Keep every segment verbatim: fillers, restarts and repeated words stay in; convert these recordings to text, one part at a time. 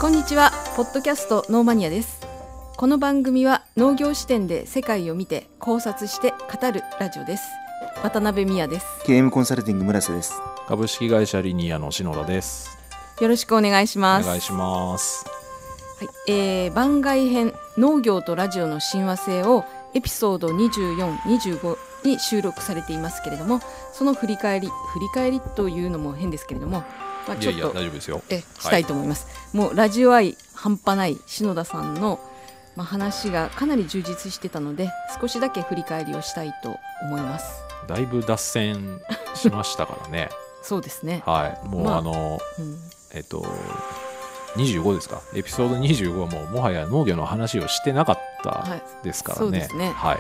こんにちは、ポッドキャストノーマニアです。この番組は農業視点で世界を見て考察して語るラジオです。渡辺美也です。 ケーエム コンサルティング村瀬です。 株式会社リニアの篠田です。 よろしくお願いします。 お願いします。 はい、えー、番外編農業とラジオの親和性をエピソードにじゅうよん、にじゅうごに収録されていますけれども、その振り返り振り返りというのも変ですけれども、まあ、ちょっといやいや大丈夫ですよ。 えしたいと思います、はい、もうラジオ愛半端ない篠田さんの、まあ、話がかなり充実してたので、少しだけ振り返りをしたいと思います。 だいぶ脱線しましたからねそうですね、 はい、もう、まあ、あの、うん、えっとにじゅうごですか、エピソードにじゅうごはもうもはや農業の話をしてなかったですからね、はい、そうですね、はい、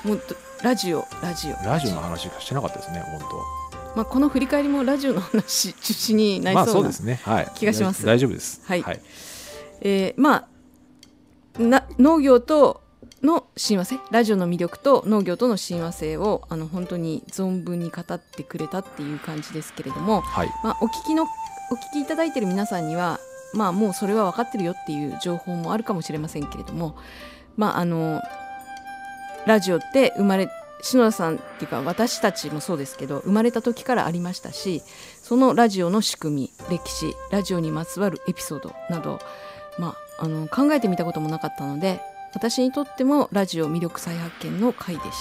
もうラジオラジオラジオの話しかしてなかったですね、本当は。 まあ、この振り返りもラジオの話中心になりそうな気がします。 大丈夫です。 はい、はい、えー、まあな農業との親和性、ラジオの魅力と農業との親和性をあの本当に存分に語ってくれたっていう感じですけれども、はい、まあ、お聞きのお聞きいただいている皆さんには、まあ、もうそれは分かってるよっていう情報もあるかもしれませんけれども、まあ、あのラジオって生まれ篠田さんっていうか私たちもそうですけど、生まれた時からありましたし、そのラジオの仕組み、歴史、ラジオにまつわるエピソードなど、まあ、あの考えてみたこともなかったので、私にとってもラジオ魅力再発見の回でした。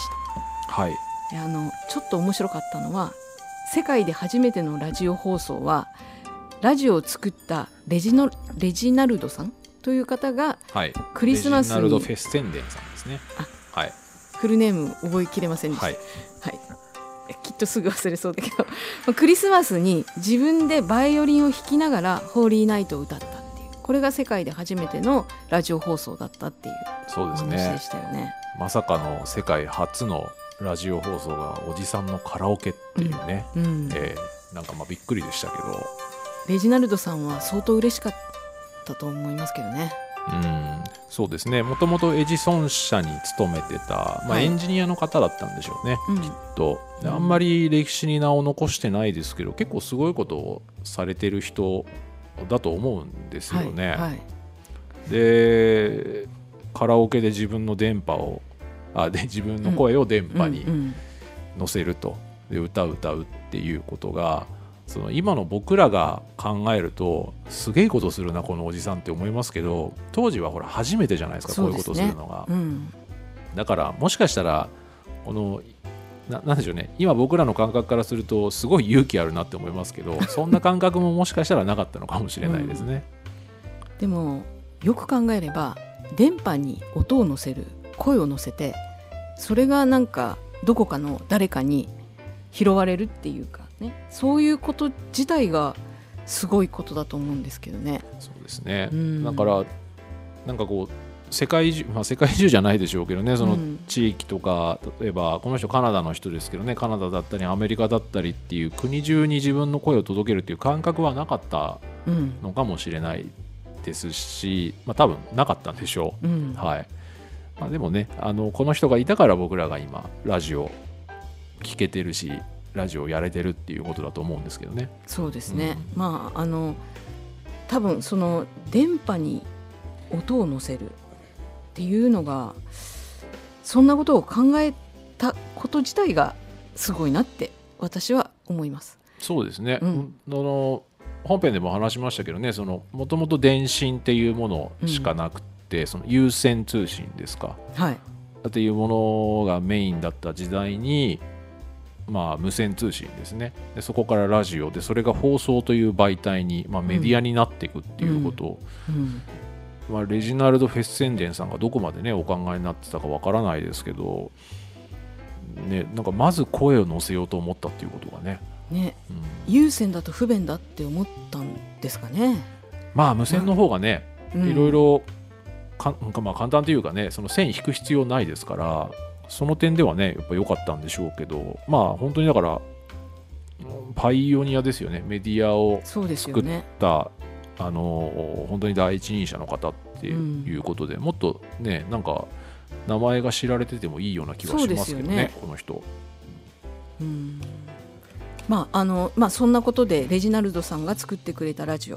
はい、あのちょっと面白かったのは、世界で初めてのラジオ放送はラジオを作ったレジノレジナルドさんという方が、はい、クリスマスにレジナルド・フェッセンデンさんですね。あ、はい、 フルネーム覚えきれませんでした、はいはい、きっとすぐ忘れそうだけどクリスマスに自分でバイオリンを弾きながらホーリーナイトを歌ったっていう、これが世界で初めてのラジオ放送だったっていう話でしたよね。 まさかの世界初のラジオ放送がおじさんのカラオケっていうね、うんうん、えー、なんかまあびっくりでしたけど、 レジナルドさんは相当嬉しかったと思いますけどね。 うん、そうですね、もともとエジソン社に勤めてた、まあ、エンジニアの方だったんでしょうね、はい、きっと。で、あんまり歴史に名を残してないですけど、結構すごいことをされてる人だと思うんですよね、はいはい、でカラオケで自分の電波をあで自分の声を電波に乗せると、で歌う歌うっていうことが、その今の僕らが考えるとすげえことするなこのおじさんって思いますけど、当時はほら初めてじゃないですか、こういうことをするのが、うん、だからもしかしたらこの な, なんでしょうね、今僕らの感覚からするとすごい勇気あるなって思いますけどそんな感覚ももしかしたらなかったのかもしれないですね、 うん、でもよく考えれば電波に音を乗せる、声を乗せて、それがなんかどこかの誰かに拾われるっていうかね、そういうこと自体がすごいことだと思うんですけどね。 そうですね、うん、だからなんかこう世界中、まあ、世界中じゃないでしょうけどね、その地域とか、うん、例えばこの人カナダの人ですけどね、カナダだったりアメリカだったりっていう国中に自分の声を届けるっていう感覚はなかったのかもしれないですし、まあ、多分なかったんでしょう、うん、はい、まあ、でもね、あのこの人がいたから僕らが今ラジオ聞けてるし、ラジオやれてるっていうことだと思うんですけどね。 そうですね、うん、まああの多分その電波に音を乗せるっていうのが、そんなことを考えたこと自体がすごいなって私は思います。 そうですね、うん、あの本編でも話しましたけどね、もともと電信っていうものしかなくて、うん、その有線通信ですか、はい、っていうものがメインだった時代に、まあ、無線通信ですね。でそこからラジオで、それが放送という媒体に、まあ、メディアになっていくっていうことを、うんうんまあ、レジナルド・フェッセンデンさんがどこまで、ね、お考えになってたかわからないですけど、ね、なんかまず声を乗せようと思ったっていうことがね、 ね、うん、有線だと不便だって思ったんですかね。 まあ無線の方がね、うん、いろいろかまあ簡単というかね、その線引く必要ないですから、その点ではねやっぱ良かったんでしょうけど、まあ本当にだからパイオニアですよね、メディアを作った、ね、あの本当に第一人者の方っていうことで、うん、もっとねなんか名前が知られててもいいような気がしますけど ね, ねこの人、 うん、まああのまあ、そんなことでレジナルドさんが作ってくれたラジオ、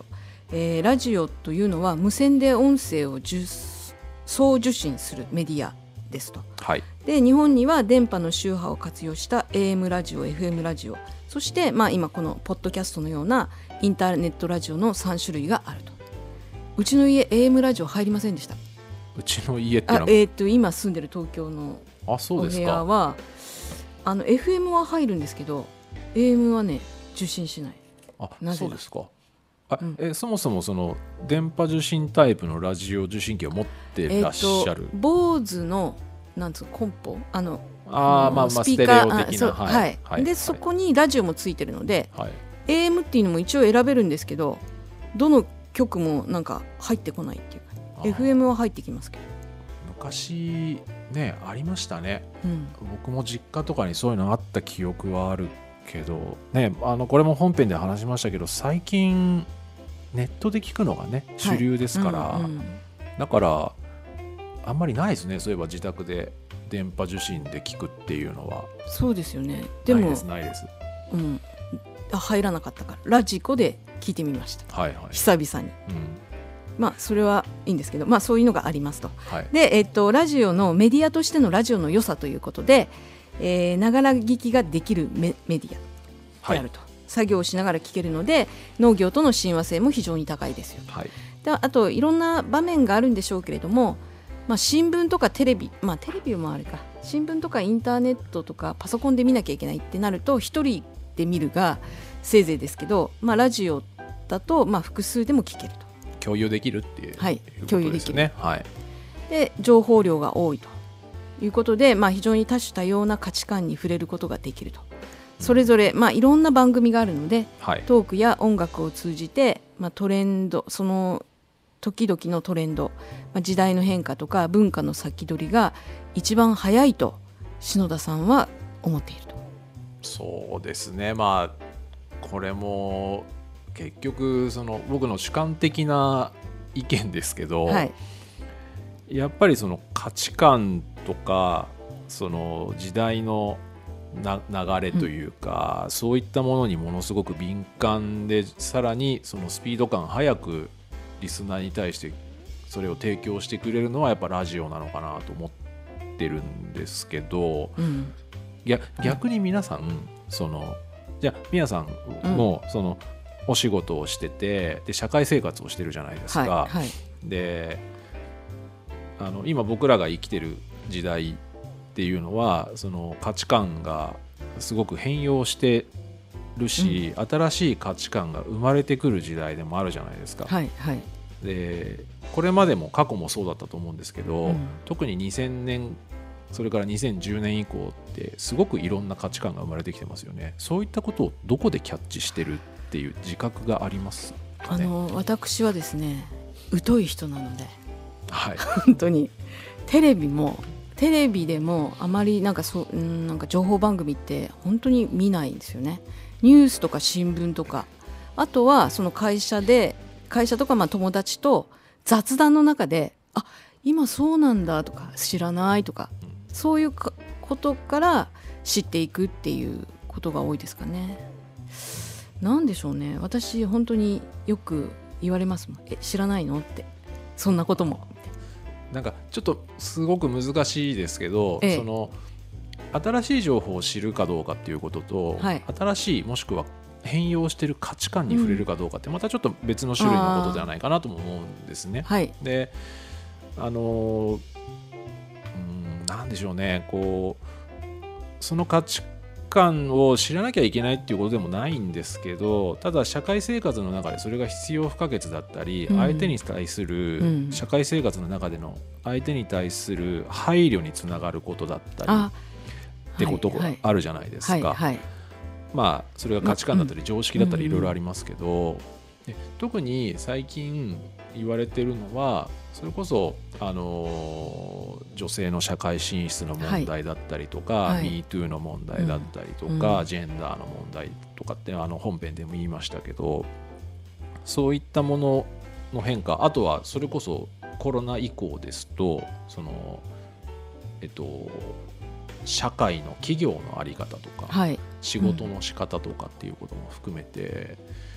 えー、ラジオというのは無線で音声を受送受信するメディアですと、 はい、 で日本には電波の周波を活用した エーエム ラジオ エフエム ラジオ、そして、まあ、今このポッドキャストのようなインターネットラジオのさん種類があると。うちの家 エーエム ラジオ入りませんでした。 うちの家ってのは、 あ、えー、と今住んでる東京のあ、そうお部ですか。 屋はあの エフエム は入るんですけど エーエム はね受信しない。 あ、 なぜだそうですか。あ、 うんえそもそもその電波受信タイプのラジオ受信機を持ってらっしゃる、 えー、と坊主のなんつうコンポあのあー、まあまあスピーカーステレオ的な、 あそうはいはいはい、 でそこにラジオもついてるので、 はい、 エーエム っていうのも一応選べるんですけど、どの曲もなんか入ってこないっていうか、 あーエフエム は入ってきますけど、 昔ねありましたね。 うん僕も実家とかにそういうのあった記憶はあるけどね、あのこれも本編で話しましたけど、最近ネットで聞くのがね主流ですから、 うんうんだからあんまりないですね。そういえば自宅で電波受信で聞くっていうのは。 そうですよね。でもないですないです、 うん、あ入らなかったからラジコで聞いてみました、 はいはい、 久々に。 うん、 まあそれはいいんですけど、まあそういうのがありますと。 はい、 で、えっと、ラジオのメディアとしてのラジオの良さということでながら聞きができる メ, メディアであると、はい、作業をしながら聞けるので農業との親和性も非常に高いですよ、 はい、 であといろんな場面があるんでしょうけれども、まあ、新聞とかテレビ、まあテレビもあれか、新聞とかインターネットとかパソコンで見なきゃいけないってなると一人で見るがせいぜいですけど、まあ、ラジオだとまあ複数でも聞けると、 共有できるっていう、 はい、 いうこと共有できる、 ですね。はい、 で情報量が多いということで、まあ、非常に多種多様な価値観に触れることができると。それぞれ、まあ、いろんな番組があるので、 はい、 トークや音楽を通じて、まあ、トレンド、その時々のトレンド、まあ、時代の変化とか文化の先取りが一番早いと篠田さんは思っていると。 そうですね。まあこれも結局その僕の主観的な意見ですけど、 はい、 やっぱりその価値観とかその時代のな流れというか、うん、そういったものにものすごく敏感で、さらにそのスピード感早くリスナーに対してそれを提供してくれるのはやっぱラジオなのかなと思ってるんですけど、うん、逆に皆さんそのじゃあ宮さんもそのお仕事をしててで社会生活をしてるじゃないですか、 はいはい、 であの今僕らが生きてる時代っていうのはその価値観がすごく変容してるし、うん、新しい価値観が生まれてくる時代でもあるじゃないですか、 はいはい、 でこれまでも過去もそうだったと思うんですけど、うん、特ににせんねんそれからにせんじゅうねん以降ってすごくいろんな価値観が生まれてきてますよね。そういったことをどこでキャッチしてるっていう自覚がありますかね。 あの私はですね疎い人なので、 はい、 本当にテレビもテレビでもあまりなんかそう、うん、なんか情報番組って本当に見ないんですよね。ニュースとか新聞とか、あとはその会社で会社とかまあ友達と雑談の中であ今そうなんだとか知らないとか、うん、そういうことから知っていくっていうことが多いですかね。なんでしょうね、私本当によく言われますもん。え知らないのってそんなことも。 なんかちょっとすごく難しいですけど、ええ、その新しい情報を知るかどうかっていうことと、はい、新しいもしくは変容している価値観に触れるかどうかってまたちょっと別の種類のことではないかなとも思うんですね。 はい、 であのうんなんでしょうね、こうその価値観を知らなきゃいけないっていうことでもないんですけど、ただ社会生活の中でそれが必要不可欠だったり、うん、相手に対する、うん、社会生活の中での相手に対する配慮につながることだったりってことがあるじゃないですか、はいはいはい、まあそれが価値観だったり常識だったりいろいろありますけど、で特に最近言われてるのはそれこそ、あのー、女性の社会進出の問題だったりとか、はい、ミートゥー の問題だったりとか、うん、ジェンダーの問題とかってあの本編でも言いましたけど、そういったものの変化、あとはそれこそコロナ以降ですとその、えっと、社会の企業の在り方とか、はい、仕事の仕方とかっていうことも含めて、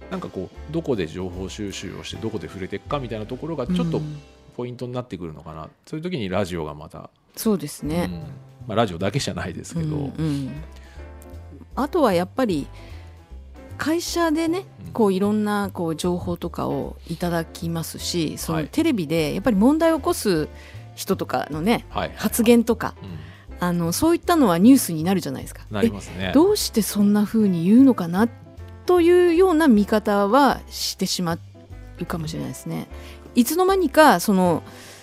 なんかこうどこで情報収集をしてどこで触れていくかみたいなところがちょっとポイントになってくるのかな、うん、そういう時にラジオがまたそうですね、 うんまあ、ラジオだけじゃないですけど、 うんうん、あとはやっぱり会社でねこういろんなこう情報とかをいただきますし、そのテレビでやっぱり問題を起こす人とかのね、はい、発言とか、うん、あのそういったのはニュースになるじゃないですか。 なりますね。 どうしてそんな風に言うのかなというような見方はしてしまうかもしれないですね。いつの間にかその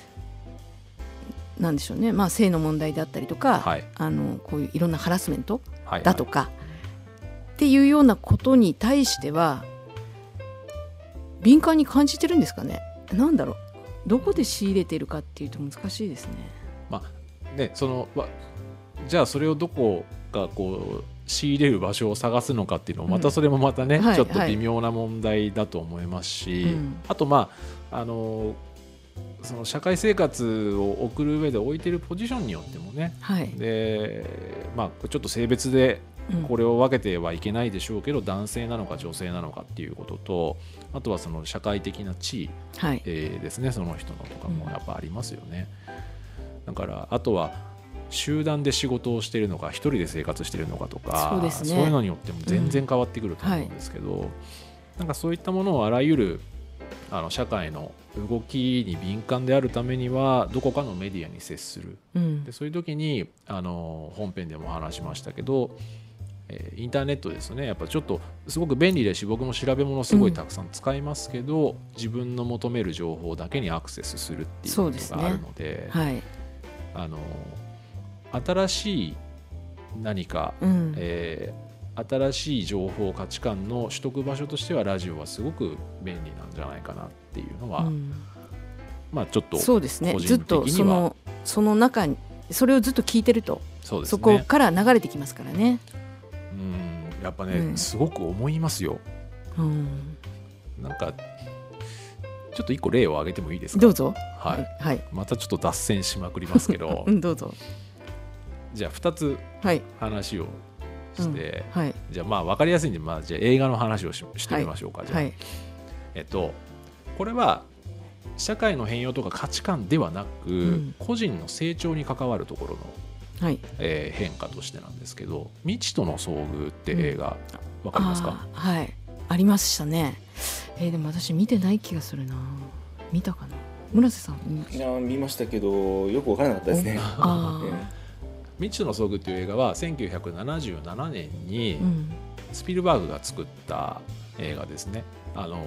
なんでしょうね、まあ、性の問題だったりとか、はい、あのこういういろんなハラスメントだとか、はいはい、っていうようなことに対しては敏感に感じてるんですかね。なんだろう、どこで仕入れてるかっていうと難しいですね。 まあね、そのじゃあそれをどこがこう仕入れる場所を探すのかっていうのもまたそれもまたね、うんはい、ちょっと微妙な問題だと思いますし、はいあとまああのその社会生活を送る上で置いてるポジションによってもね、はいでまあ、ちょっと性別でこれを分けてはいけないでしょうけど、うん、男性なのか女性なのかっていうことと、あとはその社会的な地位、はいえー、ですね、その人のとかもやっぱありますよね、うん、だからあとは集団で仕事をしているのか一人で生活しているのかとか そうですね、そういうのによっても全然変わってくると思うんですけど、うんはい、なんかそういったものをあらゆるあの社会の動きに敏感であるためにはどこかのメディアに接する、うん、でそういう時にあの本編でも話しましたけど、えー、インターネットですね、やっぱちょっとすごく便利ですし僕も調べ物すごいたくさん使いますけど、うん、自分の求める情報だけにアクセスするっていうことがあるの で, で、ねはい、あの新しい何か、うんえー新しい情報価値観の取得場所としてはラジオはすごく便利なんじゃないかなっていうのは、うん、まあちょっとそうですね、ずっとそのその中にそれをずっと聞いてると そ,、ね、そこから流れてきますからね。 うんやっぱね、うん、すごく思いますよ、うん、なんかちょっと一個例を挙げてもいいですか。 どうぞ、 はいはい、またちょっと脱線しまくりますけど、 うん、どうぞ。 じゃあふたつ話をして、うんはい、じゃあまあ分かりやすいんで、まあ、じゃあ映画の話を し, してみましょうか、はい、じゃあ、はいえっと、これは社会の変容とか価値観ではなく、うん、個人の成長に関わるところの、はいえー、変化としてなんですけど、未知との遭遇って映画、うん、分かりますか。 あ、はい、ありましたね、えー、でも私見てない気がするな。見たかな、村瀬さん。 いや見ましたけどよく分からなかったですね。 あ未知との遭遇という映画はせんきゅうひゃくななじゅうななねんにスピルバーグが作った映画ですね。あの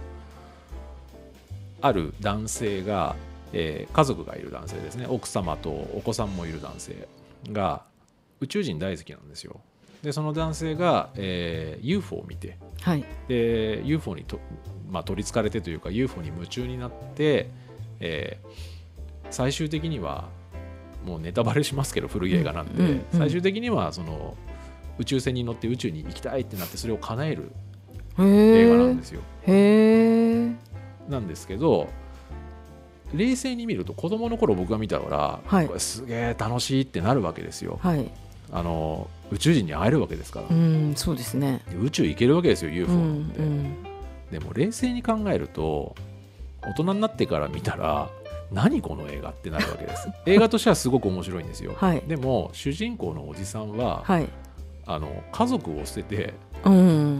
ある男性が、えー、家族がいる男性ですね、奥様とお子さんもいる男性が宇宙人大好きなんですよ。でその男性が、えー、ユーフォー を見て、はい、で ユーフォー にと、まあ、取りつかれてというか ユーフォー に夢中になって、えー、最終的にはもうネタバレしますけど古い映画なんで、うんうんうん、最終的にはその宇宙船に乗って宇宙に行きたいってなってそれを叶える映画なんですよ。 へー。 なんですけど冷静に見ると子供の頃僕が見たから、はい、これすげえ楽しいってなるわけですよ、はい、あの宇宙人に会えるわけですから、 うん、そうですね、 宇宙行けるわけですよ ユーフォー なんて、 うんうん、 でも冷静に考えると大人になってから見たら何この映画ってなるわけです映画としてはすごく面白いんですよ、はい、でも主人公のおじさんは、はい、あの家族を捨てて、 うん、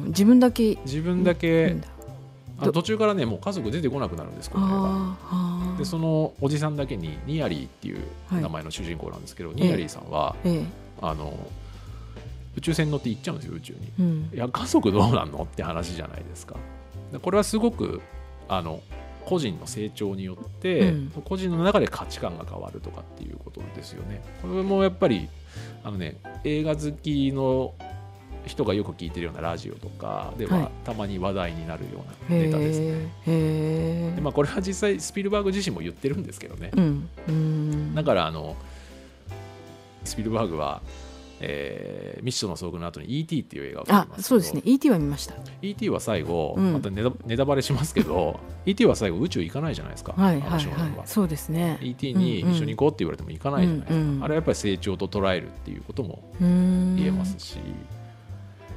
自分だけ自分だけ、うん、あ途中からねもう家族出てこなくなるんですこの映画で、そのおじさんだけにニアリーっていう名前の主人公なんですけど、はい、ニアリーさんは、ええ、あの宇宙船に乗って行っちゃうんですよ宇宙に、うん、いや家族どうなんのって話じゃないですか。これはすごくあの個人の成長によって、うん、個人の中で価値観が変わるとかっていうことですよね。これもやっぱりあの、ね、映画好きの人がよく聞いてるようなラジオとかでは、はい、たまに話題になるようなネタですね。 へー。 で、まあ、これは実際スピルバーグ自身も言ってるんですけどね、うん、うんだからあのスピルバーグはえー、未知との遭遇の後に イーティー っていう映画を見ますけど、 あ、そうですね イーティー は見ました。 イーティー は最後、うん、またネタ、ネタバレしますけどイーティー は最後宇宙行かないじゃないですか、 はいはいはい、そうですねイーティー に一緒に行こうって言われても行かないじゃないですか、うんうん、あれはやっぱり成長と捉えるっていうことも言えますし、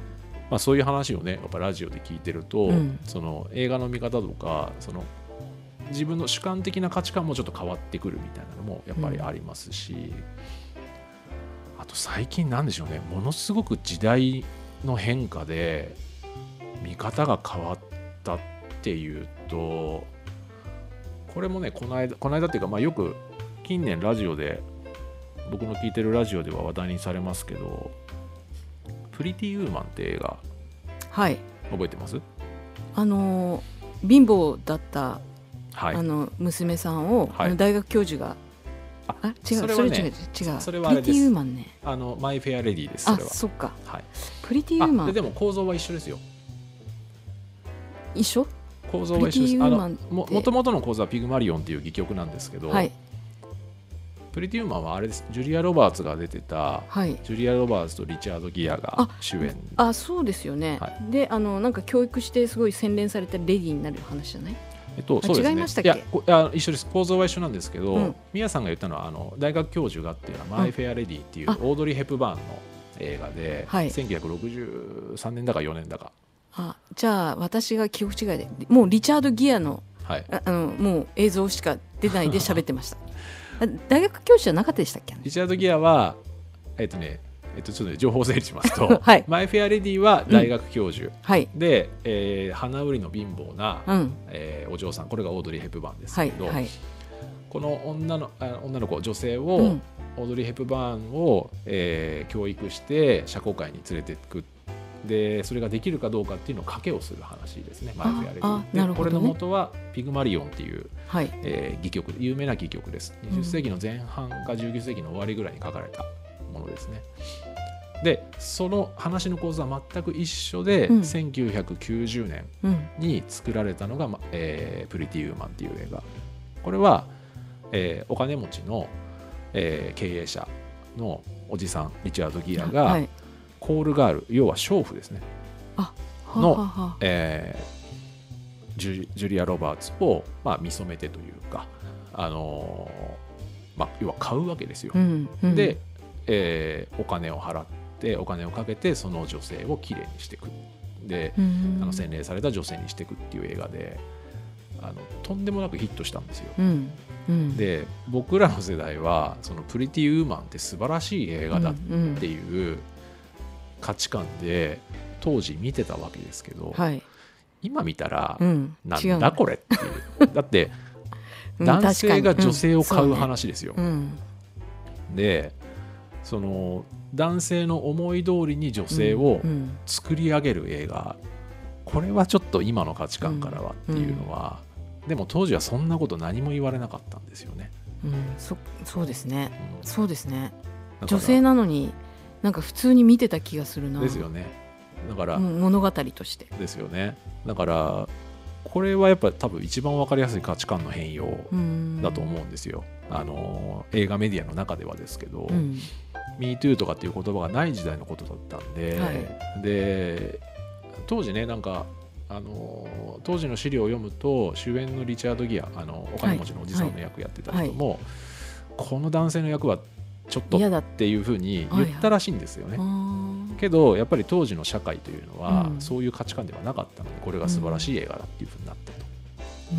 まあ、そういう話をねやっぱラジオで聞いてると、 うん、 その映画の見方とかその自分の主観的な価値観もちょっと変わってくるみたいなのもやっぱりありますし、うん、あと最近なんでしょうね、ものすごく時代の変化で見方が変わったっていうと、これもねこの間この間っていうか、まあ、よく近年ラジオで僕の聞いてるラジオでは話題にされますけど、プリティウーマンって映画、 はい、 覚えてます？ あの貧乏だった、 はい、 あの娘さんを、はい、あの大学教授があ違うそれ、ね、それ違う違うそれはあれです。 プリティウーマンね、 あのマイフェアレディです。それはあそっか、 はい、 プリティウーマンで, でも構造は一緒ですよ。 一緒？ 構造は一緒です。あの も, もともとの構造はピグマリオンっていう戯曲なんですけど、はい、プリティウーマンはあれです。ジュリア・ロバーツが出てた、はい、ジュリア・ロバーツとリチャード・ギアが主演。 あ, あそうですよね、はい、であのなんか教育してすごい洗練されたレディーになる話じゃない？ えっと、そうですね、 違いましたっけ？ いやこいや一緒です。構造は一緒なんですけど、うん、ミヤさんが言ったのはあの大学教授がっていうのは、うん、マイ・フェア・レディっていうオードリー・ヘプバーンの映画で、はい、せんきゅうひゃくろくじゅうさんねんだかよねんだか。 あじゃあ私が記憶違いでもうリチャード・ギアの、はい、ああのもう映像しか出ないで喋ってました大学教授じゃなかったでしたっけ？ リチャード・ギアはえっとねえっと、ちょっと情報整理しますと、はい、マイ・フェア・レディは大学教授、うんはい、で、えー、花売りの貧乏な、うんえー、お嬢さん、これがオードリー・ヘプバーンですけど、はいはい、この 女の、あ女の子女性を、うん、オードリー・ヘプバーンを、えー、教育して社交界に連れていく。でそれができるかどうかっていうのを賭けをする話ですね。マイ・フェア・レディで、ね、これの元はピグマリオンっていう、はいえー、戯曲、有名な戯曲です。にじゅっせいきの前半かじゅうきゅうせいきの終わりぐらいに書かれたものですね。でその話の構図は全く一緒で、うん、せんきゅうひゃくきゅうじゅうねんに作られたのが、うんえー、プリティウーマンっていう映画。これは、えー、お金持ちの、えー、経営者のおじさんリチャード・ギアが、はい、コールガール、要は娼婦ですねあの、 はははえー、ジュ、ジュリア・ロバーツを、まあ、見初めてというか、あのーまあ、要は買うわけですよ、うんうん、で、えー、お金を払ってお金をかけてその女性をきれいにしていくで、うん、あの洗練された女性にしていくっていう映画であのとんでもなくヒットしたんですよ、うんうん、で僕らの世代はそのプリティウーマンって素晴らしい映画だっていう価値観で当時見てたわけですけど、はい、今見たら、うん、なんだこれっていうだって男性が女性を買う話ですよ、うんうんね、でその男性の思い通りに女性を作り上げる映画、これはちょっと今の価値観からはっていうのは、でも当時はそんなこと何も言われなかったんですよね、 うん、そ, そうですね、うん、そうですね。女性なのになんか普通に見てた気がするな。 ですよね。だから、 うん、物語としてですよね。だからこれはやっぱり多分一番分かりやすい価値観の変容だと思うんですよ。あの映画メディアの中ではですけど、うん、ミートゥー とかっていう言葉がない時代のことだったんで、はい、で当時ねなんかあの当時の資料を読むと主演のリチャード・ギアあのお金持ちのおじさんの役やってた人も、はいはい、この男性の役はちょっとっていうふうに言ったらしいんですよね、はい、けどやっぱり当時の社会というのは、うん、そういう価値観ではなかったのでこれが素晴らしい映画だっていうふうになったと、うん、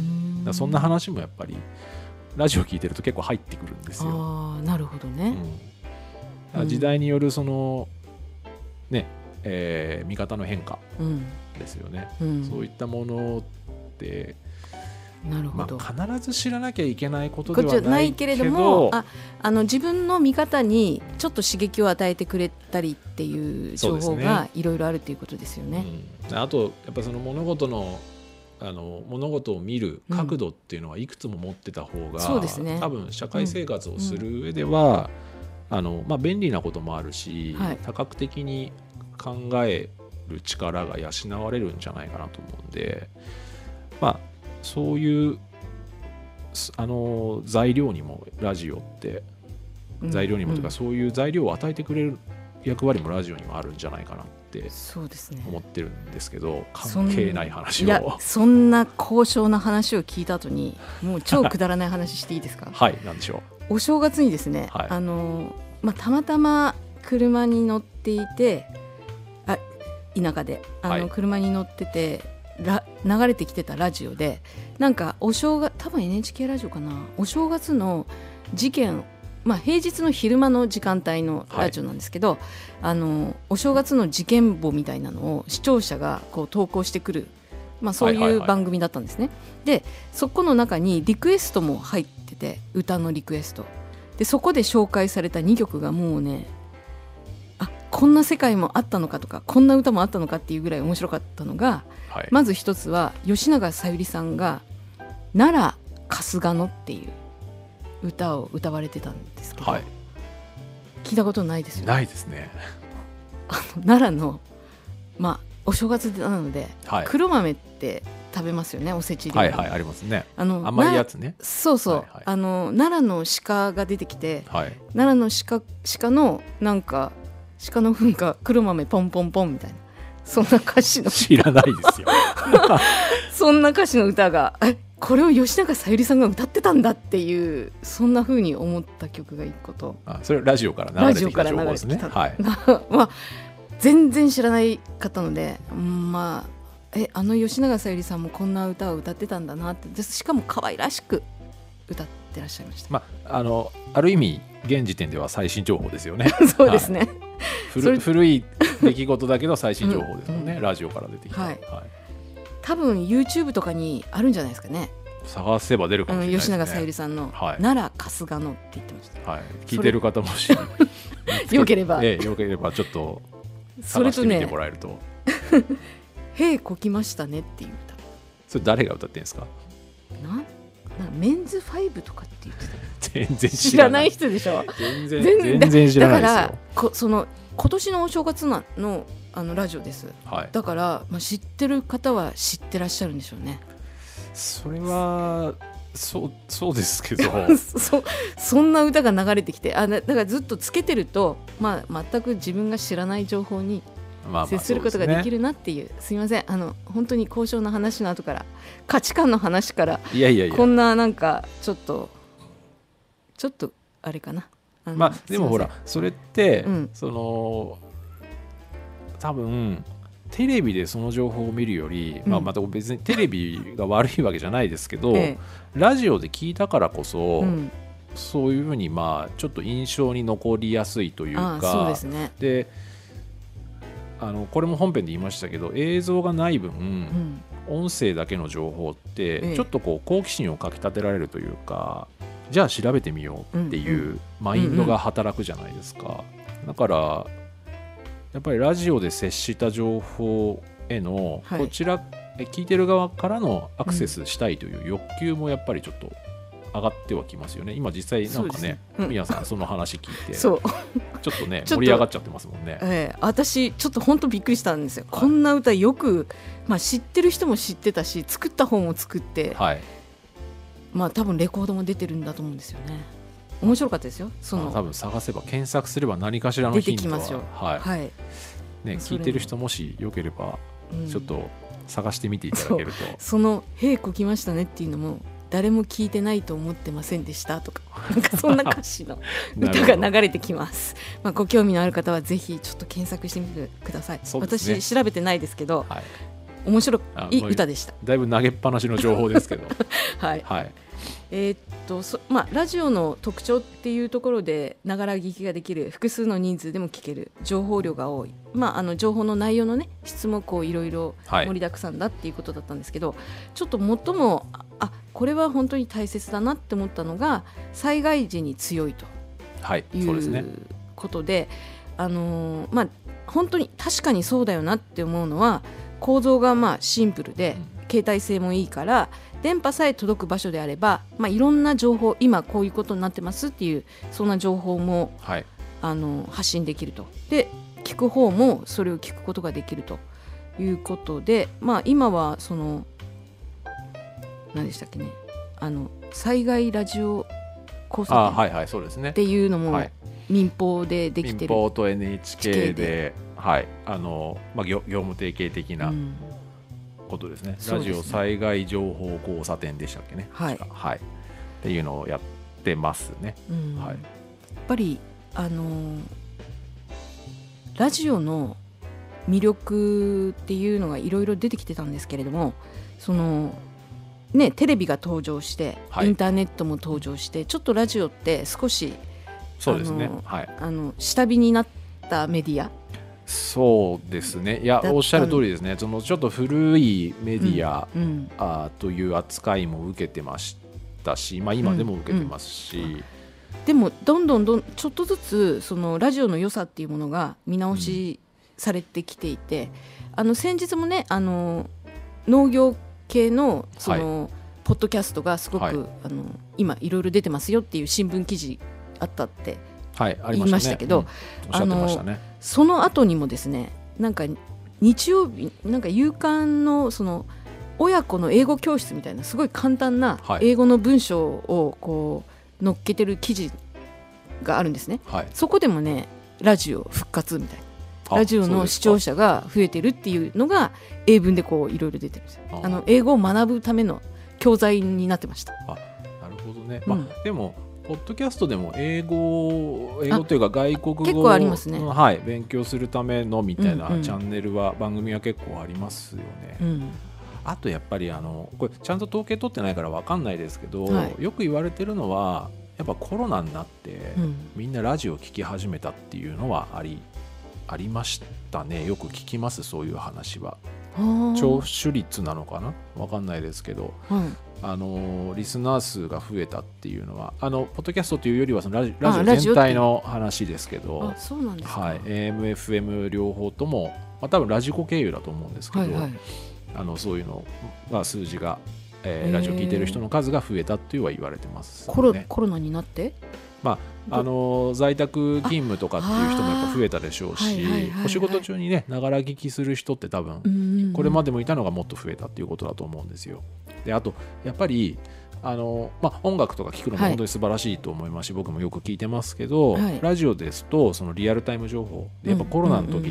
だそんな話もやっぱりラジオ聞いてると結構入ってくるんですよ。 あ、なるほどね、 うん、時代によるそのね、えー、見方の変化ですよね、うん、そういったものってなるほど、 まあ、必ず知らなきゃいけないことではないけれども、ああの自分の見方にちょっと刺激を与えてくれたりっていう情報がいろいろあるということですよね。 うん、あとやっぱその物事のあの物事を見る角度っていうのはいくつも持ってた方が、うんそうですね、多分社会生活をする上では、うんあのまあ、便利なこともあるし、はい、多角的に考える力が養われるんじゃないかなと思うんで、まあ、そういうあの材料にもラジオって材料にもというか、うん、そういう材料を与えてくれる役割もラジオにはあるんじゃないかなって思ってるんですけど、関係ない話をいやそんな高尚な話を聞いた後にもう超くだらない話していいですかはいなんでしょう。お正月にですね、はいあのまあ、たまたま車に乗っていてあ田舎であの、 はい、 車に乗っててラ流れてきてたラジオでなんかお正月多分 エヌエイチケー ラジオかなお正月の事件、まあ、平日の昼間の時間帯のラジオなんですけど、はい、あのお正月の事件簿みたいなのを視聴者がこう投稿してくる、まあ、そういう番組だったんですね、はいはいはい、でそこの中にリクエストも入ってて歌のリクエストでそこで紹介されたにきょくがもうねあこんな世界もあったのかとかこんな歌もあったのかっていうぐらい面白かったのが、はい、まず一つは吉永小百合さんが奈良春日野っていう歌を歌われてたんですけど、はい、聞いたことないですよね。 ないですね。 あの奈良の、まあ、お正月なので、はい、黒豆って食べますよねおせち料理。 はいはいありますね。あの甘いやつね。 そうそう、はいはい、あの奈良の鹿が出てきて、はい、奈良の 鹿, 鹿のなんか鹿の糞が黒豆ポンポンポンみたいなそんな歌詞の知らないですよそんな歌詞の歌がえこれを吉永小百合さんが歌ってたんだっていうそんな風に思った曲が一個とあそれラジオから流れてきた情報ですね。はい、 まあ、全然知らない方ので、まあ、えあの吉永小百合さんもこんな歌を歌ってたんだなってでしかも可愛らしく歌ってらっしゃいました。 まあ、あのある意味現時点では最新情報ですよねそうですね、はい、 古, 古い出来事だけど最新情報ですもんね、うん、ラジオから出てきた、はいはい多分 YouTube とかにあるんじゃないですかね。 探せば出るかもしれないですね、 うん、吉永小百合さんの、はい、奈良春日野って言ってました、はい、 聞いてる方もしよければ、 ええ、よければちょっと探してみてもらえるとへこきましたねっていう歌それ誰が歌ってんですか。 ななメンズファイブとかって言ってた全然知らない人でしょ。 全然全然知らないですよ。 だからこその今年のお正月のあのラジオです、はい、だから、まあ、知ってる方は知ってらっしゃるんでしょうね。 それはそう、そうですけどそ, そんな歌が流れてきてあだからずっとつけてると、まあ、全く自分が知らない情報に接することができるなっていう、まあまあ す, すいませんあの本当に交渉の話の後から価値観の話からいやいやいやこんななんかちょっとちょっとあれかなあまあでもほらそれって、うん、その多分テレビでその情報を見るより、うんまあ、また別にテレビが悪いわけじゃないですけど、ええ、ラジオで聞いたからこそ、うん、そういうふうにまあちょっと印象に残りやすいというか、 そうですね。 であのこれも本編で言いましたけど映像がない分、うん、音声だけの情報ってちょっとこう好奇心をかき立てられるというか、ええ、じゃあ調べてみようっていうマインドが働くじゃないですか、うんうん、だからやっぱりラジオで接した情報への、はい、こちら聞いてる側からのアクセスしたいという欲求もやっぱりちょっと上がってはきますよね。今実際なんかね宮、うん、さんその話聞いてそうちょっとね盛り上がっちゃってますもんね。 えー、私ちょっと本当びっくりしたんですよ、はい、こんな歌よく、まあ、知ってる人も知ってたし作った方も作って、はい、まあ多分レコードも出てるんだと思うんですよね。面白かったですよ。その多分探せば検索すれば何かしらのヒントは出てきますよ。 はいはいね、聞いてる人もしよければちょっと探してみていただけると、うん、 そ, その「へいこきましたね」っていうのも誰も聞いてないと思ってませんでしたとかなんかそんな歌詞の歌が流れてきますまあご興味のある方はぜひちょっと検索してみてください、ね、私調べてないですけど、はい、面白い歌でした。 だいぶ投げっぱなしの情報ですけどはい、はいえーっとそまあ、ラジオの特徴っていうところでながら聞きができる複数の人数でも聞ける情報量が多い、まあ、あの情報の内容の、ね、質もこういろいろ盛りだくさんだっていうことだったんですけど、はい、ちょっと最もあこれは本当に大切だなって思ったのが災害時に強いということで、はいでねあのーまあ、本当に確かにそうだよなって思うのは構造がまあシンプルで、うん携帯性もいいから電波さえ届く場所であれば、まあ、いろんな情報今こういうことになってますっていうそんな情報も、はい、あの発信できるとで聞く方もそれを聞くことができるということで、まあ、今はその何でしたっけねあの災害ラジオ交差点っていうのも民放でできてる、 民放と エヌエイチケー で、はいあのまあ、業, 業務提携的な、うんことですね。ラジオ災害情報交差点でしたっけね、はいはい、っていうのをやってますね、うんはい、やっぱり、あのー、ラジオの魅力っていうのがいろいろ出てきてたんですけれども、そのね、テレビが登場して、はい、インターネットも登場して、ちょっとラジオって少しそうですね、はい、 あの下火になったメディア。 そうですね、いやおっしゃる通りですね。そのちょっと古いメディア、うんうん、あという扱いも受けてましたし、まあ、今でも受けてますし、うんうん、 でもどんどんどんちょっとずつそのラジオの良さっていうものが見直しされてきていて、うん、あの先日もね、あの農業系のその、はい、ポッドキャストがすごく、はい、あの今いろいろ出てますよっていう新聞記事あったって言いましたけど、 あのその後にもですね、なんか日曜日なんか夕刊のその親子の英語教室みたいなすごい簡単な英語の文章をこう載っけてる記事があるんですね、はい、そこでもねラジオ復活みたいな、ラジオの視聴者が増えてるっていうのが英文でこういろいろ出てるんですよ。ああの英語を学ぶための教材になってました。 あ、なるほどね、うん、まあ、でもポッドキャストでも英語英語というか外国語を結構ありますね、 はい、勉強するためのみたいなチャンネルは、うんうん、番組は結構ありますよね、うん、あとやっぱりあのこれちゃんと統計取ってないから分かんないですけど、はい、よく言われてるのはやっぱコロナになって、うん、みんなラジオを聞き始めたっていうのはありありましたね。よく聞きます、そういう話は。聴取率なのかな、分かんないですけど、はい、あのリスナー数が増えたっていうのはあのポッドキャストというよりはそのラジ、ラジオ全体の話ですけど、 あ、そうなんですか、 はい、エーエム、エフエム 両方とも、まあ、多分ラジコ経由だと思うんですけど、はいはい、あのそういうのが数字が、えー、ラジオ聞いてる人の数が増えたっていうは言われてます、ね、 コロ、コロナになって、 まあ、あの在宅勤務とかっていう人もやっぱ増えたでしょうし、はいはいはいはい、お仕事中にねながら聞きする人って多分これまでもいたのがもっと増えたっていうことだと思うんですよ。であとやっぱりあの、まあ、音楽とか聞くのも本当に素晴らしいと思いますし、はい、僕もよく聞いてますけど、はい、ラジオですとそのリアルタイム情報でやっぱコロナの時って、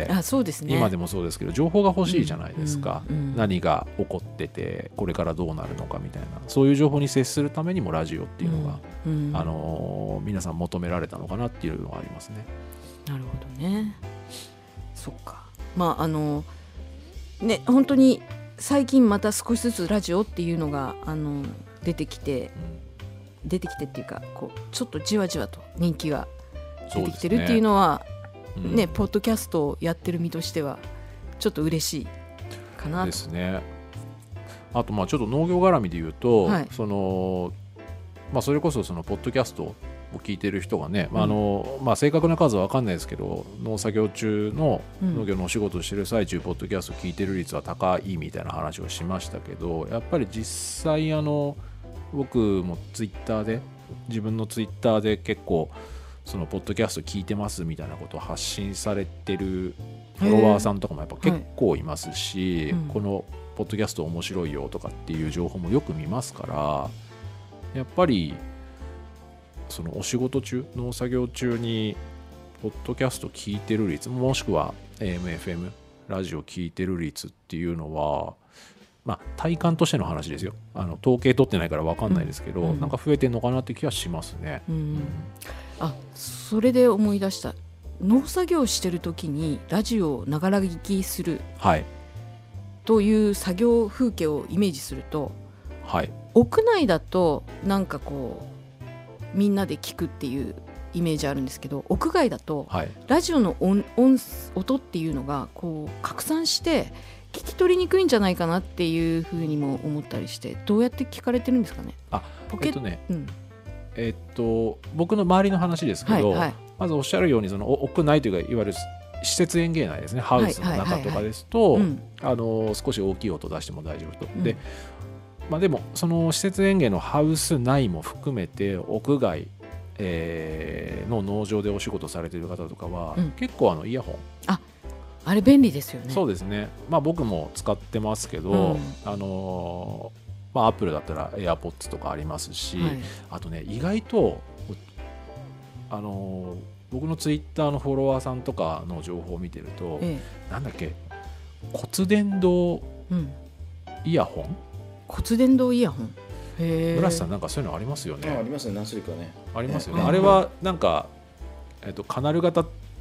うんうんうん、あ、そうですね、今でもそうですけど情報が欲しいじゃないですか、うんうんうん、何が起こっててこれからどうなるのかみたいな、そういう情報に接するためにもラジオっていうのが、うんうん、あの皆さん求められたのかなっていうのがありますね。 なるほどね。そっか、まああのね本当に最近また少しずつラジオっていうのがあの出てきて、うん、出てきてっていうかこうちょっとじわじわと人気が出てきてるっていうのはね、ね、うん、ポッドキャストをやってる身としてはちょっと嬉しいかなとですね。あとまあちょっと農業絡みで言うと、はい、そのまあ、それこそそのポッドキャストを聞いてる人がね、うん、まああのまあ、正確な数は分かんないですけど農作業中の農業のお仕事をしてる最中、うん、ポッドキャストを聞いてる率は高いみたいな話をしましたけど、やっぱり実際あの僕もツイッターで自分のツイッターで結構そのポッドキャスト聞いてますみたいなことを発信されてるフォロワーさんとかもやっぱ結構いますし、はい、うん、このポッドキャスト面白いよとかっていう情報もよく見ますから、やっぱりそのお仕事中農作業中にポッドキャスト聞いてる率もしくは エーエムエフエム ラジオ聞いてる率っていうのは、まあ、体感としての話ですよ。あの統計取ってないから分かんないですけど、うんうん、なんか増えてんのかなって気はしますね、うんうん、 あ、それで思い出した。農作業してる時にラジオをながら聞きする、はい、という作業風景をイメージすると、はい、屋内だとなんかこうみんなで聞くっていうイメージあるんですけど、屋外だとラジオの 音, 音, 音っていうのがこう拡散して聞き取りにくいんじゃないかなっていうふうにも思ったりして、どうやって聞かれてるんですかね。 あ、ポケット、えっとね、うん、えっと僕の周りの話ですけど、はいはい、まずおっしゃるようにその屋内というかいわゆる施設園芸内ですね、ハウスの中とかですと少し大きい音出しても大丈夫と、うん、でまあ、でもその施設園芸のハウス内も含めて屋外、えー、の農場でお仕事されている方とかは、うん、結構あのイヤホン、 あ、あれ便利ですよね。 そうですね、まあ、僕も使ってますけど、うん、あのーまあ、アップルだったら AirPods とかありますし、はい、あとね意外とあのー、僕のツイッターのフォロワーさんとかの情報を見てると、ええ、なんだっけ骨伝導イヤホン、うん、 骨伝導イヤホン、へー、 村瀬さんなんかそういうのありますよね。 あ、ありますね、何種類かねありますよね、あれはなんか、えっと、カナル型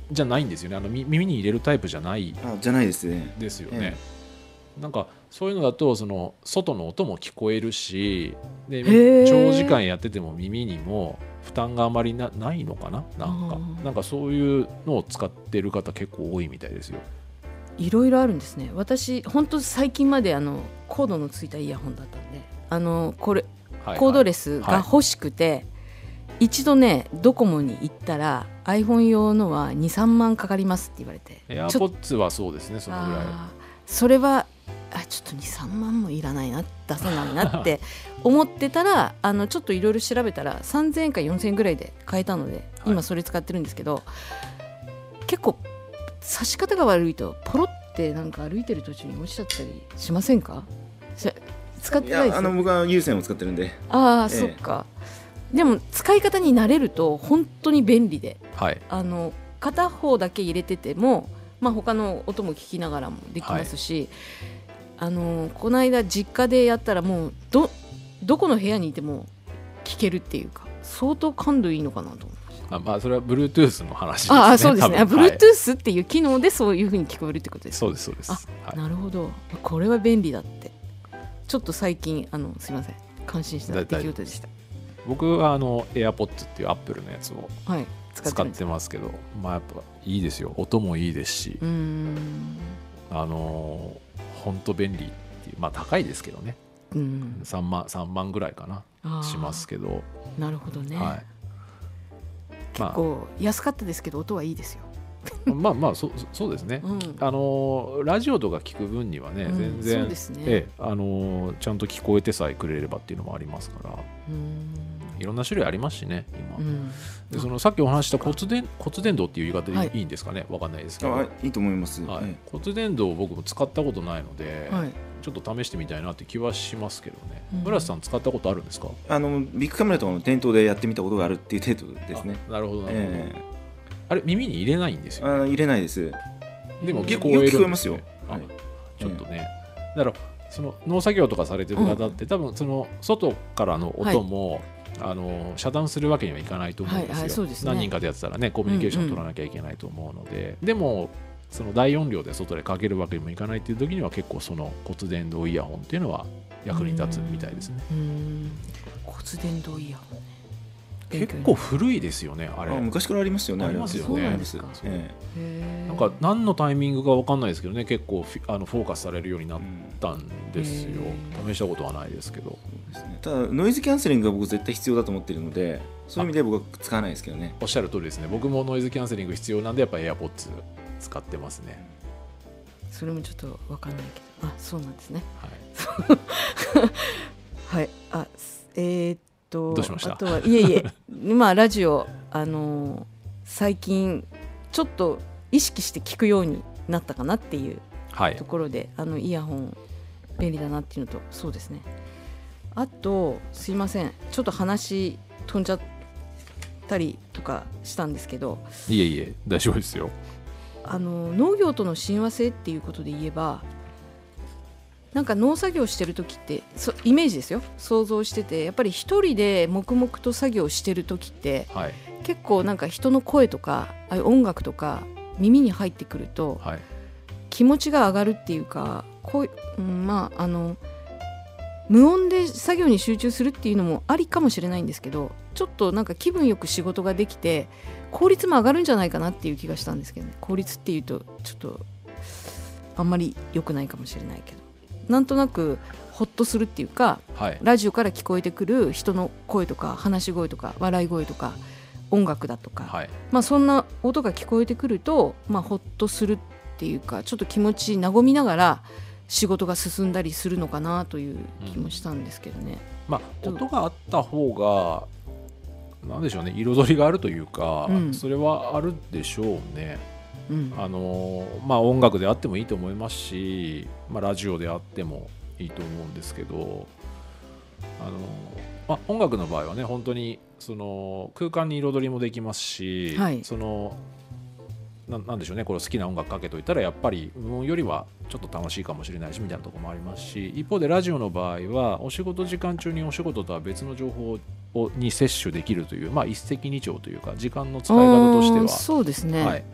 じゃないんですよね。あの耳に入れるタイプじゃないあじゃないですね。 ですよね、 えなんかそういうのだとその外の音も聞こえるしでへー長時間やってても耳にも負担があまり な, ないのかななんかあーなんかそういうのを使ってる方結構多いみたいですよ。 いろいろあるんですね。私本当最近まであのコードのついたイヤホンだったんで、あのこれはいはいコードレスが欲しくて、一度ねドコモに行ったら iPhone 用のは にさんまんかかりますって言われて、 エアちょポッツはそうですね、そのぐらい。 あーそれはあちょっとにさんまんもいらないな出さないなって思ってたらあのちょっといろいろ調べたらさんぜんえんかよんせんえんぐらいで買えたので、 はい今それ使ってるんですけど、結構差し方が悪いとポロってなんか歩いてる途中に落ちちゃったりしませんか？し使っていないですよ。 やあの僕は有線を使ってるんで、 ああ、 ええそっか。でも使い方に慣れると本当に便利で、 はいあの片方だけ入れてても、まあ、他の音も聞きながらもできますし、あのこの間実家でやったらもう ど, どこの部屋にいても聞けるっていうか相当感度いいのかなと思いました。 あ、まあ、それは Bluetooth の話ですね。 ああそうですね、 多分はい Bluetooth っていう機能でそういう風に聞こえるってことですそうですそうです。 あ、 はい、 なるほど、これは便利だってちょっと最近あのすいません感心した出来事でした。 僕はあの AirPods っていう Apple のやつをはい使って使っるんですてますけど、まあやっぱいいですよ。音もいいですし、 うーんあの本当便利っていう、まあ高いですけどね、 うんさんまんさんまんぐらいかなあーしますけど、 なるほどね、 はい。 結構安かったですけど音はいいですよ、 まあまあまあそそうですね。 うんあのラジオとか聞く分にはね、 うん全然そうですね、 ええあのちゃんと聞こえてさえくれればっていうのもありますから、 うーんいろんな種類ありますしね今。 うんでそのさっきお話しした骨伝骨伝導っていう言い方はいでいいんですかね、わかんないですけど、 あいいと思います。 はいえ骨伝導を僕も使ったことないので、 はいちょっと試してみたいなって気はしますけどね。 うん村瀬さん使ったことあるんですか？ えあのビッグカメラとかの店頭でやってみたことがあるっていう程度ですね。 あなるほどなるほど、 えあれ耳に入れないんですえよ、 あ入れないです。 でもよ聞こえるんです、ね、 よく聞こえますよあはいちょっとね、だからその農作業とかされてる方って、多分その外からの音も、あの遮断するわけにはいかないと思うんですよ、 はいはいそうですね何人かでやってたらねコミュニケーションを取らなきゃいけないと思うので、でもその大音量で外でかけるわけにもいかないっていう時には結構その骨伝導イヤホンっていうのは役に立つみたいですね。 うーん骨伝導イヤホンね結構古いですよねあれ。 あ昔からありますよね。 ありますよねそうなんですそうなんですえへーなんか何のタイミングか分かんないですけどね、結構フィあのフォーカスされるようになっえうんたんですよ。 へ試したことはないですけど。 そうですねただノイズキャンセリングが僕絶対必要だと思っているので、そういう意味で僕は使わないですけどね。 おっしゃる通りですね。僕もノイズキャンセリング必要なんでやっぱ AirPods 使ってますね。 それもちょっと分かんないけど、あそうなんですね。 はいはい、あえーっとどうしましたあとはいえいえ今ラジオあのー最近ちょっと意識して聞くようになったかなっていうはいところで、あのイヤホン便利だなっていうのと、そうですね。あとすいませんちょっと話飛んじゃったりとかしたんですけど、 いえいえ大丈夫ですよ。 あの農業との親和性っていうことで言えば、なんか農作業してる時ってそイメージですよ、想像してて、やっぱり一人で黙々と作業してる時ってはい結構なんか人の声とかああいう音楽とか耳に入ってくるとはい気持ちが上がるっていうか、こう、うん、まああの無音で作業に集中するっていうのもありかもしれないんですけど、ちょっとなんか気分よく仕事ができて効率も上がるんじゃないかなっていう気がしたんですけどね。効率っていうとちょっとあんまり良くないかもしれないけど、なんとなくホッとするっていうか、 はいラジオから聞こえてくる人の声とか話し声とか笑い声とか音楽だとか、 はいまあ、そんな音が聞こえてくると、まあ、ホッとするっていうか、ちょっと気持ち和みながら仕事が進んだりするのかなという気もしたんですけどね。 まあ音があった方がなんでしょうね、彩りがあるというか、 うんそれはあるでしょうね。 うんあのまあ音楽であってもいいと思いますし、まあ、ラジオであってもいいと思うんですけど、あの、まあ、音楽の場合はね本当にその空間に彩りもできますし、 はいそのななんでしょうね、これ好きな音楽かけといたらやっぱり無音よりはちょっと楽しいかもしれないしみたいなところもありますし、一方でラジオの場合はお仕事時間中にお仕事とは別の情報をに摂取できるという、まあ、一石二鳥というか時間の使い方としてはあーそうですね、 はい、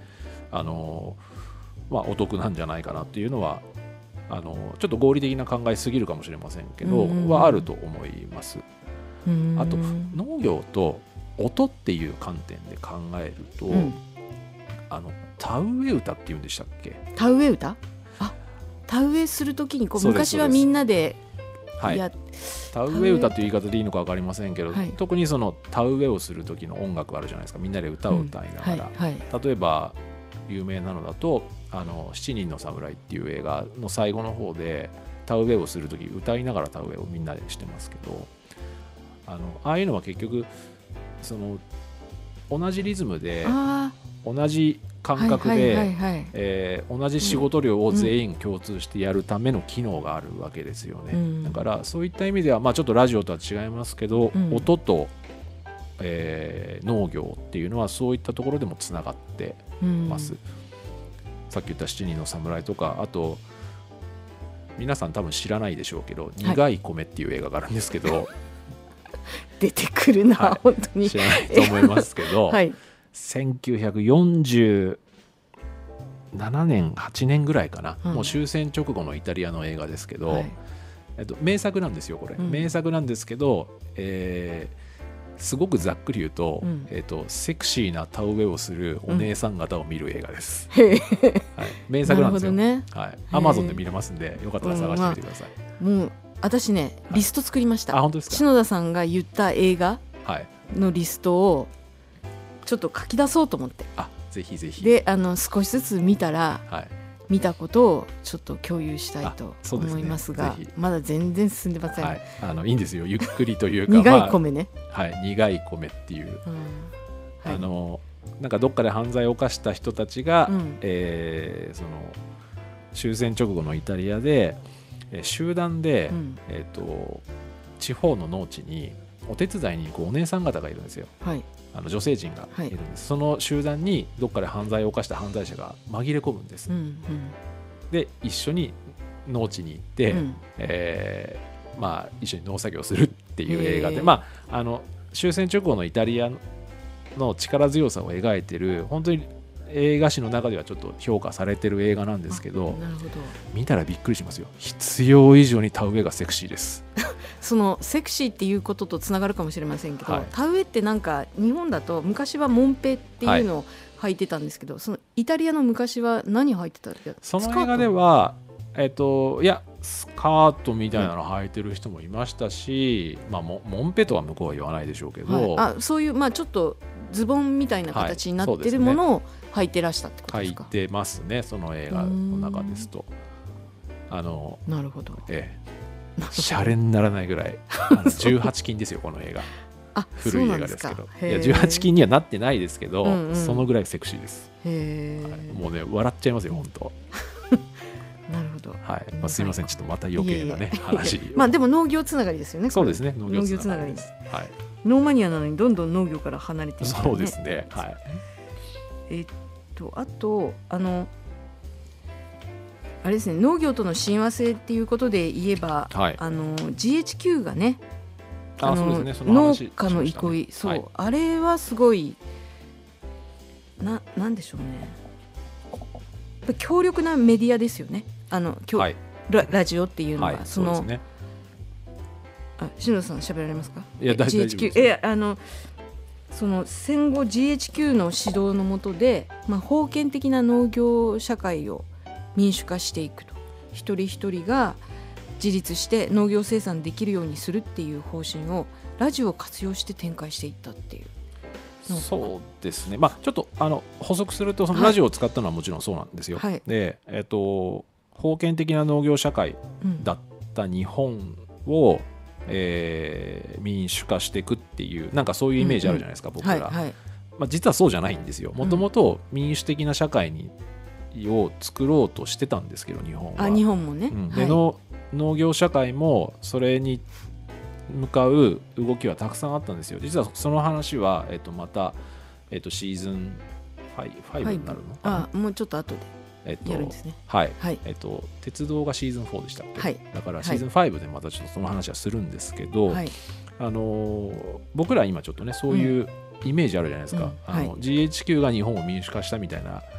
あの、まあ、お得なんじゃないかなっていうのはあのちょっと合理的な考えすぎるかもしれませんけど、 うんうん、 はあると思います。 うん、 あと農業と音っていう観点で考えると、うん、あの田植え歌っていうんでしたっけ。 田植え歌、あ、田植えするときにこう昔はみんなでや、はい、 田植え歌という言い方でいいのか分かりませんけど、はい、特にその田植えをする時の音楽あるじゃないですか。みんなで歌を歌いながら、うんはいはい、例えば有名なのだとあの七人の侍っていう映画の最後の方で田植えをする時歌いながら田植えをみんなでしてますけど、あのああいうのは結局その同じリズムで同じ感覚で同じ仕事量を全員共通してやるための機能があるわけですよね、うん、だからそういった意味では、まあ、ちょっとラジオとは違いますけど、うん、音と、えー、農業っていうのはそういったところでもつながってます、うん、さっき言った七人の侍とか、あと皆さん多分知らないでしょうけど、はい、苦い米っていう映画があるんですけど出てくるな、はい、本当に知らないと思いますけど、はい、せんきゅうひゃくよんじゅうななねんはちねんぐらいかな、うん、もう終戦直後のイタリアの映画ですけど、はい、えっと、名作なんですよこれ、うん、名作なんですけど、えー、すごくざっくり言うと、うん、えっと、セクシーな田植えをするお姉さん方を見る映画です、うん、はい、名作なんですよ。ね、はい、アマゾンで見れますんでよかったら探してみてください、 うん、まあ、もう私ねリスト作りました、 はい、あ、本当ですか。 篠田さんが言った映画のリストをちょっと書き出そうと思って、 あ、ぜひぜひ。 で、あの少しずつ見たら、はい、見たことをちょっと共有したいと思いますが、すね、まだ全然進んでません、はい、 あのいいんですよ、ゆっくりというか苦い米ね、 まあ、はい、苦い米っていう、うん、はい、あのなんかどっかで犯罪を犯した人たちが、うん、えー、その終戦直後のイタリアで集団で、うん、えー、と地方の農地にお手伝いに行くお姉さん方がいるんですよ、はい、あの女性陣がいるんです、はい、その集団にどっかで犯罪を犯した犯罪者が紛れ込むんです、うんうん、で一緒に農地に行って、うん、えーまあ、一緒に農作業するっていう映画で、まあ、あの終戦直後のイタリアの力強さを描いてる本当に映画史の中ではちょっと評価されてる映画なんですけど、 なるほど、 見たらびっくりしますよ。必要以上に田植えがセクシーですそのセクシーっていうこととつながるかもしれませんけど、はい、田植えってなんか日本だと昔はモンペっていうのを履いてたんですけど、はい、そのイタリアの昔は何履いてたんですか。 その映画では、えーと、いやスカートみたいなの履いてる人もいましたし、うん、まあ、モ, モンペとは向こうは言わないでしょうけど、 はい、あ、そういう、まあ、ちょっとズボンみたいな形になってるものを履いてらしたってことですか。 履いてますね、その映画の中ですと。あのなるほど、 ええ、シャレにならないぐらいあのじゅうはちきんですよこの映画あ、 古い映画ですけど、いやじゅうはちきんにはなってないですけど、うんうん、そのぐらいセクシーです。 へ、 はい、もうね笑っちゃいますよ本当なるほど、 はい、まあ、すいませんちょっとまた余計なね話まあでも農業つながりですよね。 そうですね、農業つながりです、 はい、 ノーマニアなのにどんどん農業から離れていく、ね、 そうですね、はい、 えー、っとあとあのあれですね、農業との親和性っていうことで言えば、はい、あの ジーエイチキュー がね、 あの、そうですね、 農家の憩い、そう、はい、あれはすごいな、なんでしょうね、強力なメディアですよね。あの今日、はい、ラ, ラジオっていうのは、はい、その、そうですね、あ、篠田さん喋られますか。 いや、大丈夫です。 ジーエイチキュー、え、あのその戦後 ジーエイチキュー の指導の下で、まあ、封建的な農業社会を民主化していくと、一人一人が自立して農業生産できるようにするっていう方針をラジオを活用して展開していったっていう。 そうですね、まあ、ちょっとあの補足すると、そのラジオを使ったのはもちろんそうなんですよ、はい、で、えーと、封建的な農業社会だった日本を、うん、えー、民主化していくっていう、なんかそういうイメージあるじゃないですか、うんうん、僕ら、はいはい、まあ、実はそうじゃないんですよ。もともと民主的な社会にを作ろうとしてたんですけど、日本は。 あ、日本もね、うん、 で、はい、の農業社会もそれに向かう動きはたくさんあったんですよ。実はその話は、えっと、また、えっと、シーズンファイブになるのかな。 あ、もうちょっと後でやるんですね、 えっと、はい、はい、えっと、鉄道がシーズンフォーでしたっけ、はい、だからシーズンファイブでまたちょっとその話はするんですけど、はい、あの僕ら今ちょっとねそういうイメージあるじゃないですか、うん、あの、はい、ジーエイチキュー が日本を民主化したみたいな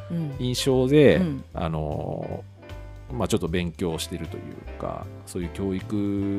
うん印象で、 うんあのまあ、ちょっと勉強してるというかそういう教育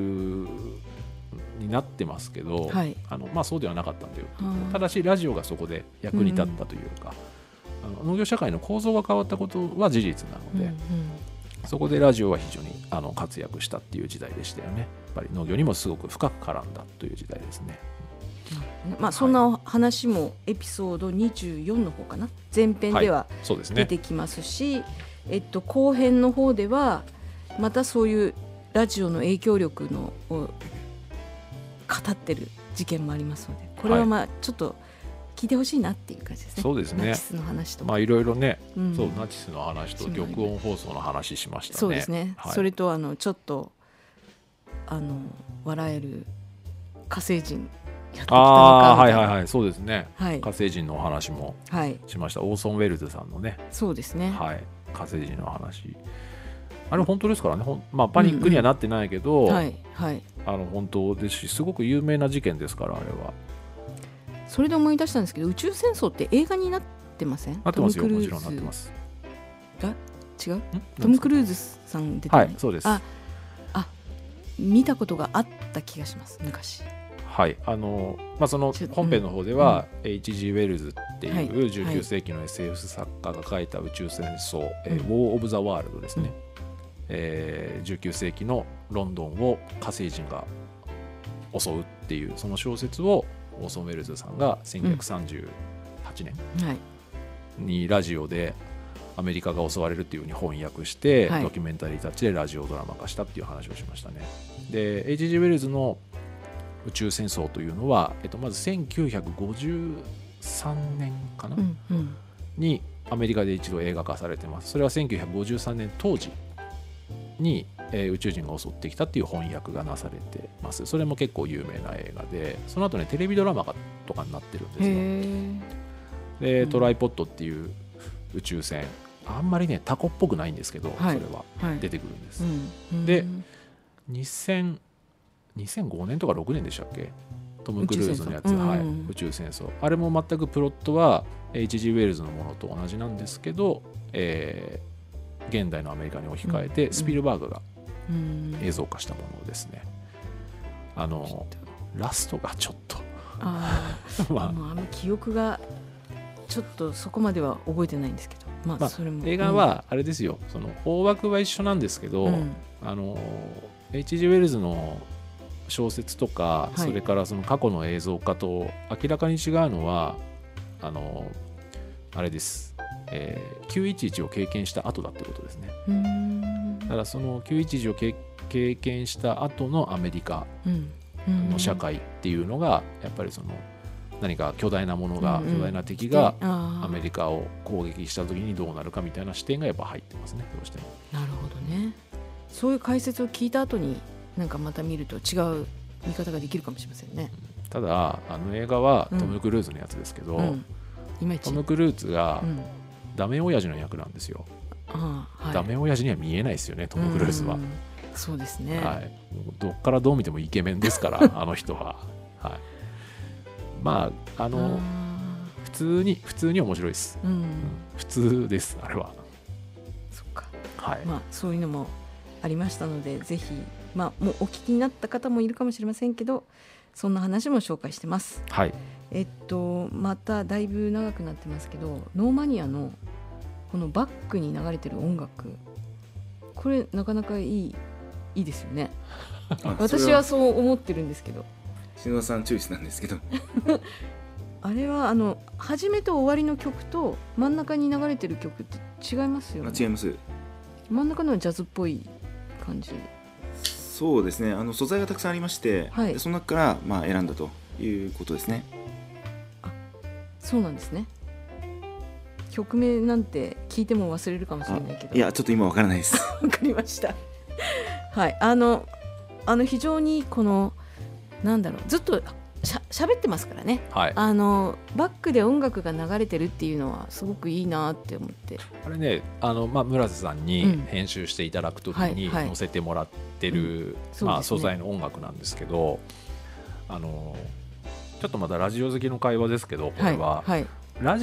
になってますけど、 はいあのまあ、そうではなかったんだよっていうはあただしラジオがそこで役に立ったというか、あの農業社会の構造が変わったことは事実なので、 うんうんそこでラジオは非常にあの活躍したっていう時代でしたよね。やっぱり農業にもすごく深く絡んだという時代ですね。 まあ、そんな話もエピソードにじゅうよんの方かな、前編ではそうですね出てきますし、えっと、後編の方ではまたそういうラジオの影響力のを語ってる事件もありますので、これはまあちょっと聞いてほしいなっていう感じですね。 そうですねナチスの話とか、 まあいろいろね、 うんそうナチスの話と玉音放送の話しましたね。 そうですね、 はい、 それとあのちょっとあの笑える火星人やってきたのああかみたいな、 はいはいはいそうですね、 はい火星人のお話もはい、 しました。オーソン・ウェルズさんのね、 そうですね、 はい、火星人の話あれ本当ですからね。ほん、まあ、パニックにはなってないけど、 はいはい、 あの本当ですしすごく有名な事件ですからあれは。 それで思い出したんですけど、宇宙戦争って映画になってません？ なってますよ、 トムクルーズもちろんなってます。 が違う？ んトム・クルーズさん出てない、 はいそうです。 ああ見たことがあった気がします昔。 はいあのまあ、その本編の方では、うん、エイチジー ウェルズっていうじゅうきゅう世紀の エスエフ 作家が書いた宇宙戦争、はいえー、War of the World ですね、うんえー、じゅうきゅう世紀のロンドンを火星人が襲うっていうその小説をオーソン・ウェルズさんがせんきゅうひゃくさんじゅうはちねんにラジオでアメリカが襲われるっていう風に翻訳して、はい、ドキュメンタリータッチでラジオドラマ化したっていう話をしましたね。で エイチジー ウェルズの宇宙戦争というのは、えっと、まずせんきゅうひゃくごじゅうさんねんかな、うんうん、にアメリカで一度映画化されてます。それはせんきゅうひゃくごじゅうさんねん当時に、えー、宇宙人が襲ってきたっていう翻訳がなされてます。それも結構有名な映画で、その後ねテレビドラマとかになってるんですよ。でトライポッドっていう宇宙船、あんまりねタコっぽくないんですけど、はい、それは出てくるんです、はいうん、でにせんにせんごねんとかろくねんでしたっけ、トム・クルーズのやつ、はい、宇宙戦争、あれも全くプロットは エイチジー ウェルズのものと同じなんですけど、えー、現代のアメリカに置き換えて、うん、スピルバーグが映像化したものですね。あのラストがちょっとあ、まあ、あの記憶がちょっとそこまでは覚えてないんですけど、まあまあ、それも映画はあれですよ、その大枠は一緒なんですけど、うん、あの エイチジー ウェルズの小説とか、はい、それからその過去の映像化と明らかに違うのはあのあれです、えー、きゅういちいちを経験した後だってことですね。うーんだからそのきゅういちいちを経験した後のアメリカの社会っていうのがやっぱりその何か巨大なものが、うんうん、巨大な敵がアメリカを攻撃した時にどうなるかみたいな視点がやっぱ入ってますね、どうしても。 なるほどね。そういう解説を聞いた後になんかまた見ると違う見方ができるかもしれませんね。 ただあの映画はトム・クルーズのやつですけど、うんうん、いまいちトム・クルーズがダメ親父の役なんですよ、うんはい、ダメ親父には見えないですよね、トム・クルーズは。 そうですね、 はい、どっからどう見てもイケメンですからあの人は、はい、まああの普通に普通に面白いです、うんうん、普通ですあれは。 そっか、 はい、 まあそういうのもありましたので、ぜひまあもうお聞きになった方もいるかもしれませんけど、そんな話も紹介してます。 はい。 えっとまただいぶ長くなってますけど、ノーマニアのこのバックに流れてる音楽、これなかなかいいいいですよね。私はそう思ってるんですけど。 篠田さんチョイスなんですけど。 あれはあの初めと終わりの曲と真ん中に流れてる曲って違いますよね。 違います。 真ん中のはジャズっぽい感じ。 そうですね、あの素材がたくさんありまして、はい、でその中からまあ選んだということですね。 あ、そうなんですね。曲名なんて聞いても忘れるかもしれないけど、 いやちょっと今わからないです。 わかりましたはい、あのあの非常にこのなんだろう、ずっとしゃ喋ってますからね、はい、あのバックで音楽が流れてるっていうのはすごくいいなって思って、 あれね、あの、まあ、村瀬さんに編集していただくときに載せてもらってる、うんまあ、素材の音楽なんですけど、あのちょっとまだラジオ好きの会話ですけど、これは、はいはい、ラジオっ 、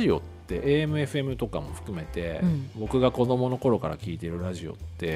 エーエムエフエム とかも含めて、 うん、 僕が子供の頃から聞いているラジオって、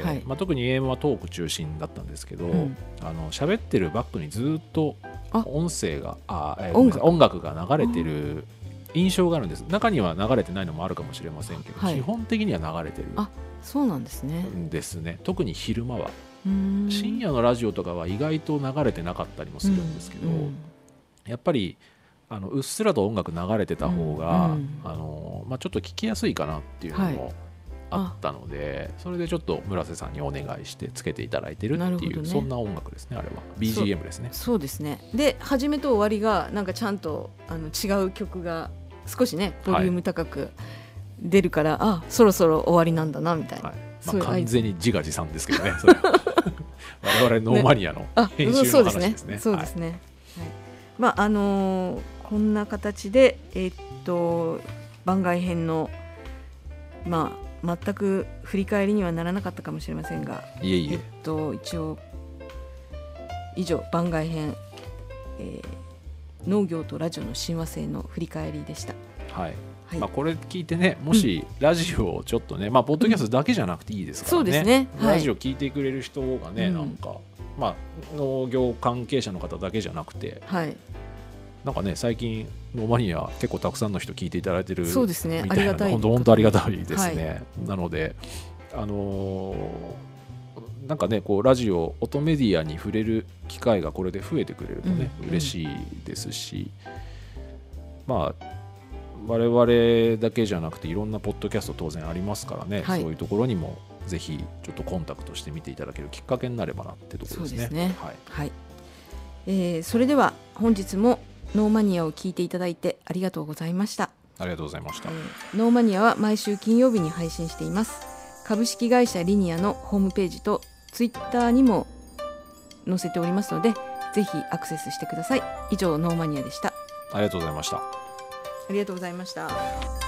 はい、 まあ、特に エーエム はトーク中心だったんですけど、うん、あの喋ってるバックにずっと音声があ、えー、音楽、音楽が流れてる印象があるんです。中には流れてないのもあるかもしれませんけど、はい、基本的には流れてる。 あ、そうなんですね。 ですね。特に昼間は、深夜のラジオとかは意外と流れてなかったりもするんですけど、うんうん、やっぱりあのうっすらと音楽流れてた方が、うんうん、あのまあ、ちょっと聞きやすいかなっていうのもあったので、はい、それでちょっと村瀬さんにお願いしてつけていただいてるっていう、ね、そんな音楽ですね。あれは ビージーエム ですね。 そ, そうですね。で始めと終わりがなんかちゃんとあの違う曲が少しねボリューム高く出るから、はい、あ、そろそろ終わりなんだなみたいな、はい、 まあ、完全に自画自賛ですけどねそれ我々ノーマニアの編集の話ですね。 そうですね、はい、まああのー、こんな形で、えー、っと番外編の、まあ、全く振り返りにはならなかったかもしれませんが、 いえいえ、 えっと、一応以上番外編、えー、農業とラジオの親和性の振り返りでした。 はい、はい、まあ、これ聞いてね、もしラジオをちょっとね、うん、まあ、ポッドキャストだけじゃなくていいですからね、 そうですね、 ラジオ聞いてくれる人がね、はい、なんか、まあ、農業関係者の方だけじゃなくて、はい、なんかね、最近ノーマニア結構たくさんの人聞いていただいてるみたいな、そうですね、ありがたい、本当ありがたいですね、はい、なので、あのー、なんかね、こうラジオ音メディアに触れる機会がこれで増えてくれるとね、うん、嬉しいですし、うん、まあ我々だけじゃなくていろんなポッドキャスト当然ありますからね、はい、そういうところにもぜひちょっとコンタクトしてみていただけるきっかけになればなってところですね。そうですね、はいはい、 えー、それでは本日もノーマニアを聞いていただいてありがとうございました。 ありがとうございました。えー、ノーマニアは毎週金曜日に配信しています。株式会社リニアのホームページとツイッターにも載せておりますので、ぜひアクセスしてください。以上ノーマニアでした。 ありがとうございました。 ありがとうございました。